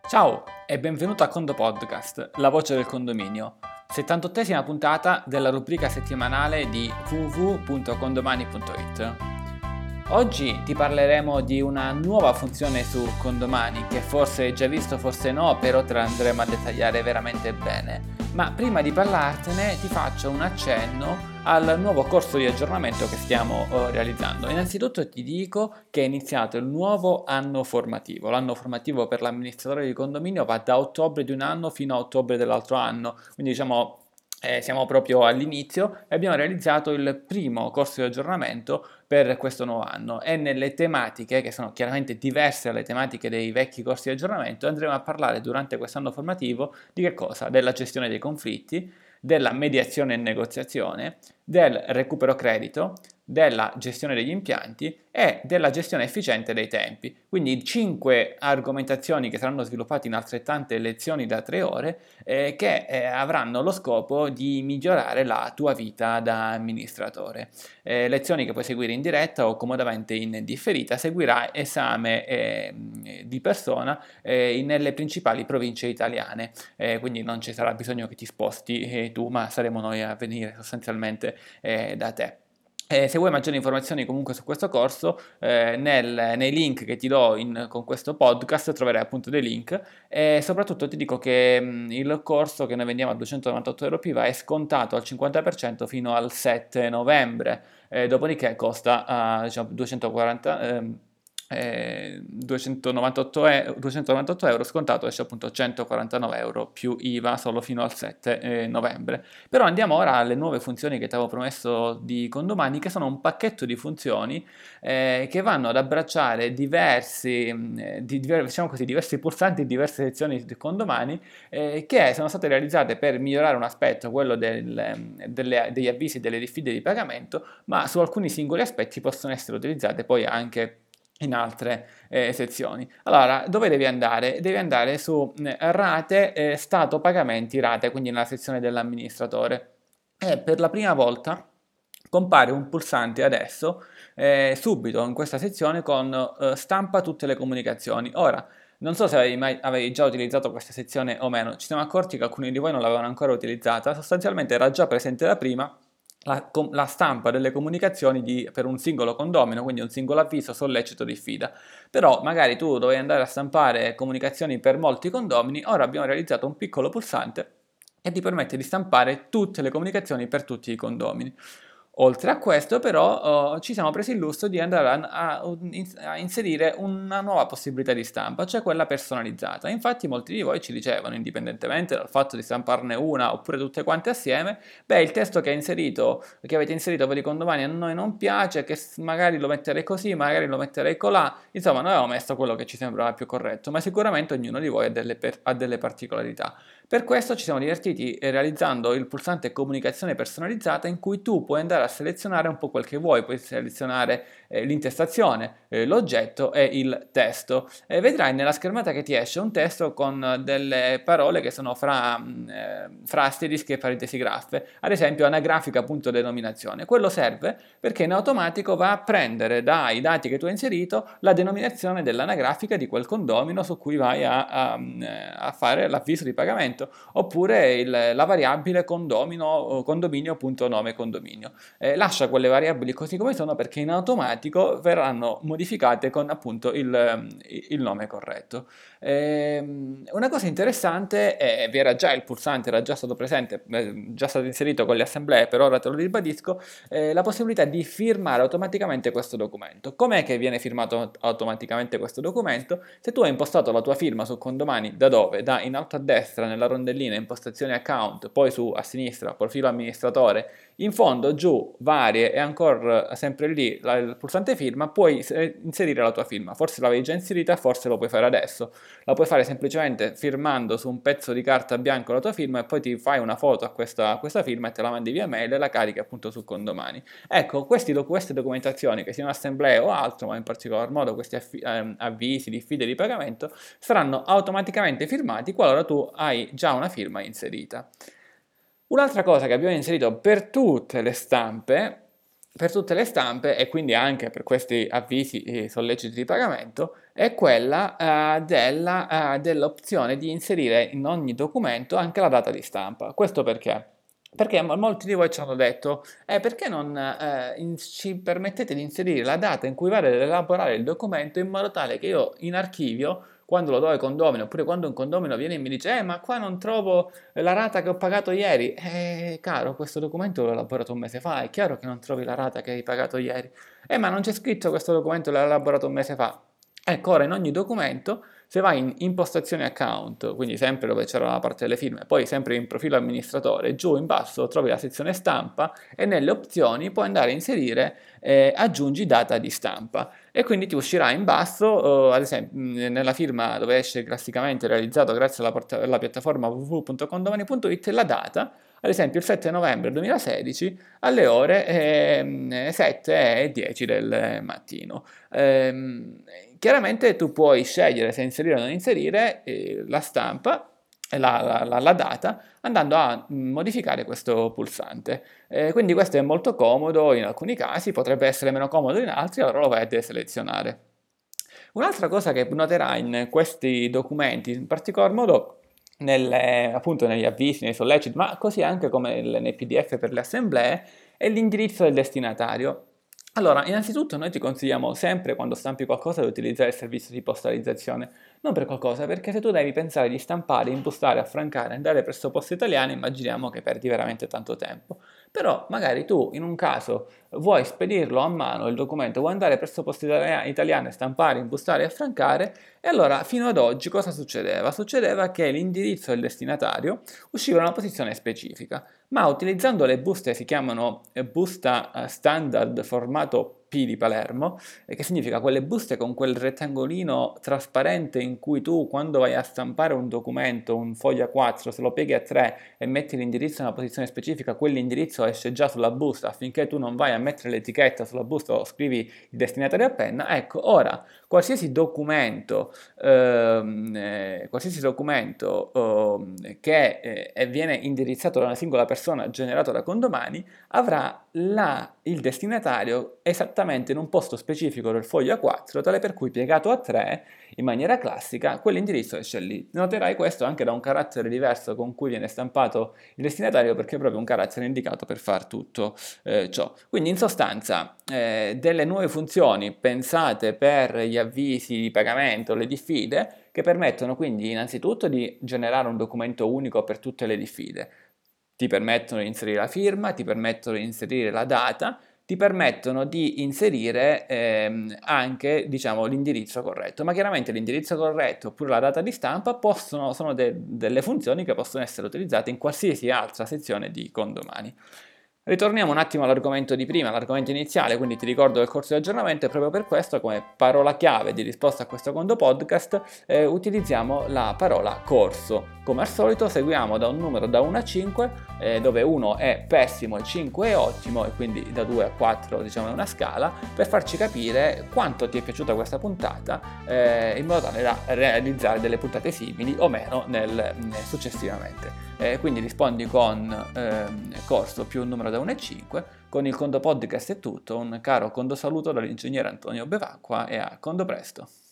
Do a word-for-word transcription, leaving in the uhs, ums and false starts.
Ciao e benvenuto a Condo Podcast, la voce del condominio, settantottesima puntata della rubrica settimanale di w w w punto condomani punto i t. Oggi ti parleremo di una nuova funzione su Condomani che forse hai già visto, forse no, però te la andremo a dettagliare veramente bene. Ma prima di parlartene ti faccio un accenno al nuovo corso di aggiornamento che stiamo uh, realizzando. Innanzitutto ti dico che è iniziato il nuovo anno formativo. L'anno formativo per l'amministratore di condominio va da ottobre di un anno fino a ottobre dell'altro anno, quindi diciamo eh, siamo proprio all'inizio e abbiamo realizzato il primo corso di aggiornamento per questo nuovo anno e nelle tematiche, che sono chiaramente diverse dalle tematiche dei vecchi corsi di aggiornamento, andremo a parlare durante quest'anno formativo di che cosa? Della gestione dei conflitti, della mediazione e negoziazione, del recupero credito, della gestione degli impianti e della gestione efficiente dei tempi. Quindi cinque argomentazioni che saranno sviluppate in altrettante lezioni da tre ore eh, che eh, avranno lo scopo di migliorare la tua vita da amministratore. Eh, lezioni che puoi seguire in diretta o comodamente in differita. Seguirà esame eh, di persona eh, nelle principali province italiane, eh, quindi non ci sarà bisogno che ti sposti eh, tu, ma saremo noi a venire sostanzialmente eh, da te. Eh, se vuoi maggiori informazioni comunque su questo corso, eh, nel, nei link che ti do in, con questo podcast troverai appunto dei link e soprattutto ti dico che mh, il corso che noi vendiamo a duecentonovantotto euro P I V A è scontato al cinquanta per cento fino al sette novembre, eh, dopodiché costa uh, diciamo duecentoquaranta ehm, Eh, duecentonovantotto, e- duecentonovantotto euro scontato esce appunto centoquarantanove euro più I V A solo fino al sette eh, novembre. Però andiamo ora alle nuove funzioni che ti avevo promesso di Condomani, che sono un pacchetto di funzioni eh, che vanno ad abbracciare diversi, eh, di, diciamo così, diversi pulsanti, diverse sezioni di Condomani eh, che sono state realizzate per migliorare un aspetto, quello del, delle, degli avvisi delle diffide di pagamento, ma su alcuni singoli aspetti possono essere utilizzate poi anche in altre eh, sezioni. Allora, dove devi andare? Devi andare su eh, rate, eh, stato pagamenti rate, quindi nella sezione dell'amministratore. E per la prima volta compare un pulsante adesso, eh, subito in questa sezione con eh, stampa tutte le comunicazioni. Ora, non so se avevi, mai, avevi già utilizzato questa sezione o meno, ci siamo accorti che alcuni di voi non l'avevano ancora utilizzata, sostanzialmente era già presente da prima, La, la, stampa delle comunicazioni di, per un singolo condomino, quindi un singolo avviso, sollecito, diffida. Però magari tu dovevi andare a stampare comunicazioni per molti condomini, ora abbiamo realizzato un piccolo pulsante che ti permette di stampare tutte le comunicazioni per tutti i condomini. Oltre a questo però uh, ci siamo presi il lusso di andare a, a, a inserire una nuova possibilità di stampa, cioè quella personalizzata. Infatti molti di voi ci dicevano, indipendentemente dal fatto di stamparne una oppure tutte quante assieme, beh, il testo che, inserito, che avete inserito per i condomini a noi non piace, che magari lo metterei così, magari lo metterei colà. Insomma, noi avevamo messo quello che ci sembrava più corretto, ma sicuramente ognuno di voi ha delle, per, ha delle particolarità. Per questo ci siamo divertiti realizzando il pulsante comunicazione personalizzata, in cui tu puoi andare a selezionare un po' quel che vuoi, puoi selezionare eh, l'intestazione, eh, l'oggetto e il testo. E vedrai nella schermata che ti esce un testo con delle parole che sono fra, eh, fra asterischi e parentesi graffe, ad esempio anagrafica punto denominazione. Quello serve perché in automatico va a prendere dai dati che tu hai inserito la denominazione dell'anagrafica di quel condomino su cui vai a, a, a fare l'avviso di pagamento, oppure il, la variabile condomino, condominio.nome condominio. Eh, lascia quelle variabili così come sono perché in automatico verranno modificate con appunto il, il nome corretto. Eh, una cosa interessante è, vi era già il pulsante, era già stato presente, eh, già stato inserito con le assemblee, per ora te lo ribadisco, eh, la possibilità di firmare automaticamente questo documento. Com'è che viene firmato automaticamente questo documento? Se tu hai impostato la tua firma su Condomani, da dove? Da in alto a destra nella rondellina impostazioni account, poi su a sinistra profilo amministratore, in fondo giù varie e ancora sempre lì la, il pulsante firma, puoi inserire la tua firma. Forse l'avevi già inserita, forse lo puoi fare adesso. La puoi fare semplicemente firmando su un pezzo di carta bianco la tua firma e poi ti fai una foto a questa, a questa firma e te la mandi via mail e la carichi appunto su Condomani. Ecco, questi, queste documentazioni, che siano assemblee o altro, ma in particolar modo questi affi- ehm, avvisi, diffide di pagamento, saranno automaticamente firmati qualora tu hai già una firma inserita. Un'altra cosa che abbiamo inserito per tutte le stampe, per tutte le stampe e quindi anche per questi avvisi e solleciti di pagamento è quella uh, della, uh, dell'opzione di inserire in ogni documento anche la data di stampa. Questo perché? Perché molti di voi ci hanno detto eh, perché non eh, in, ci permettete di inserire la data in cui vale ad elaborare il documento in modo tale che io in archivio, quando lo do ai condomini, oppure quando un condomino viene e mi dice eh ma qua non trovo la rata che ho pagato ieri, eh caro, questo documento l'ho elaborato un mese fa, è chiaro che non trovi la rata che hai pagato ieri, eh ma non c'è scritto questo documento l'ho elaborato un mese fa. Ecco, ora in ogni documento, se vai in impostazioni account, quindi sempre dove c'era la parte delle firme, poi sempre in profilo amministratore, giù in basso trovi la sezione stampa e nelle opzioni puoi andare a inserire eh, aggiungi data di stampa e quindi ti uscirà in basso, eh, ad esempio nella firma dove esce classicamente realizzato grazie alla, port- alla piattaforma w w w punto condomani punto it la data, ad esempio il sette novembre duemilasedici alle ore eh, sette e dieci del mattino. Ehm, chiaramente tu puoi scegliere se inserire o non inserire eh, la stampa, la, la, la data, andando a modificare questo pulsante. Eh, quindi questo è molto comodo in alcuni casi, potrebbe essere meno comodo in altri, allora lo vai a deselezionare. Un'altra cosa che noterai in questi documenti, in particolar modo nelle, appunto negli avvisi, nei solleciti, ma così anche come nei P D F per le assemblee, è l'indirizzo del destinatario. Allora, innanzitutto noi ti consigliamo sempre quando stampi qualcosa di utilizzare il servizio di postalizzazione, non per qualcosa, perché se tu devi pensare di stampare, impostare, affrancare, andare presso Poste Italiane, immaginiamo che perdi veramente tanto tempo. Però magari tu in un caso vuoi spedirlo a mano il documento, vuoi andare presso Poste Italiane, stampare, impostare e affrancare, e allora fino ad oggi cosa succedeva? Succedeva che l'indirizzo del destinatario usciva in una posizione specifica, ma utilizzando le buste, si chiamano busta standard formato P di Palermo, che significa quelle buste con quel rettangolino trasparente in cui tu quando vai a stampare un documento, un foglio A quattro, se lo pieghi a tre e metti l'indirizzo in una posizione specifica, quell'indirizzo esce già sulla busta affinché tu non vai a mettere l'etichetta sulla busta o scrivi il destinatario a penna. Ecco, ora qualsiasi documento, ehm, eh, qualsiasi documento eh, che eh, viene indirizzato da una singola persona generato da Condomani avrà la, il destinatario esattamente in un posto specifico del foglio A quattro, tale per cui piegato a tre in maniera classica quell'indirizzo esce lì. Noterai questo anche da un carattere diverso con cui viene stampato il destinatario, perché è proprio un carattere indicato per far tutto eh, ciò. Quindi in sostanza eh, delle nuove funzioni pensate per gli avvisi di pagamento, le diffide, che permettono quindi innanzitutto di generare un documento unico per tutte le diffide. Ti permettono di inserire la firma, ti permettono di inserire la data, ti permettono di inserire ehm, anche, diciamo, l'indirizzo corretto, ma chiaramente l'indirizzo corretto oppure la data di stampa possono, sono de- delle funzioni che possono essere utilizzate in qualsiasi altra sezione di Condomani. Ritorniamo un attimo all'argomento di prima, l'argomento iniziale, quindi ti ricordo del corso di aggiornamento e proprio per questo come parola chiave di risposta a questo secondo podcast eh, utilizziamo la parola corso. Come al solito seguiamo da un numero da uno a cinque, eh, dove uno è pessimo e cinque è ottimo e quindi da due a quattro diciamo è una scala, per farci capire quanto ti è piaciuta questa puntata eh, in modo tale da realizzare delle puntate simili o meno nel, successivamente. Eh, quindi rispondi con eh, corso più un numero da uno a cinque. Con il Condo Podcast è tutto, un caro Condo saluto dall'ingegnere Antonio Bevacqua e a Condo presto.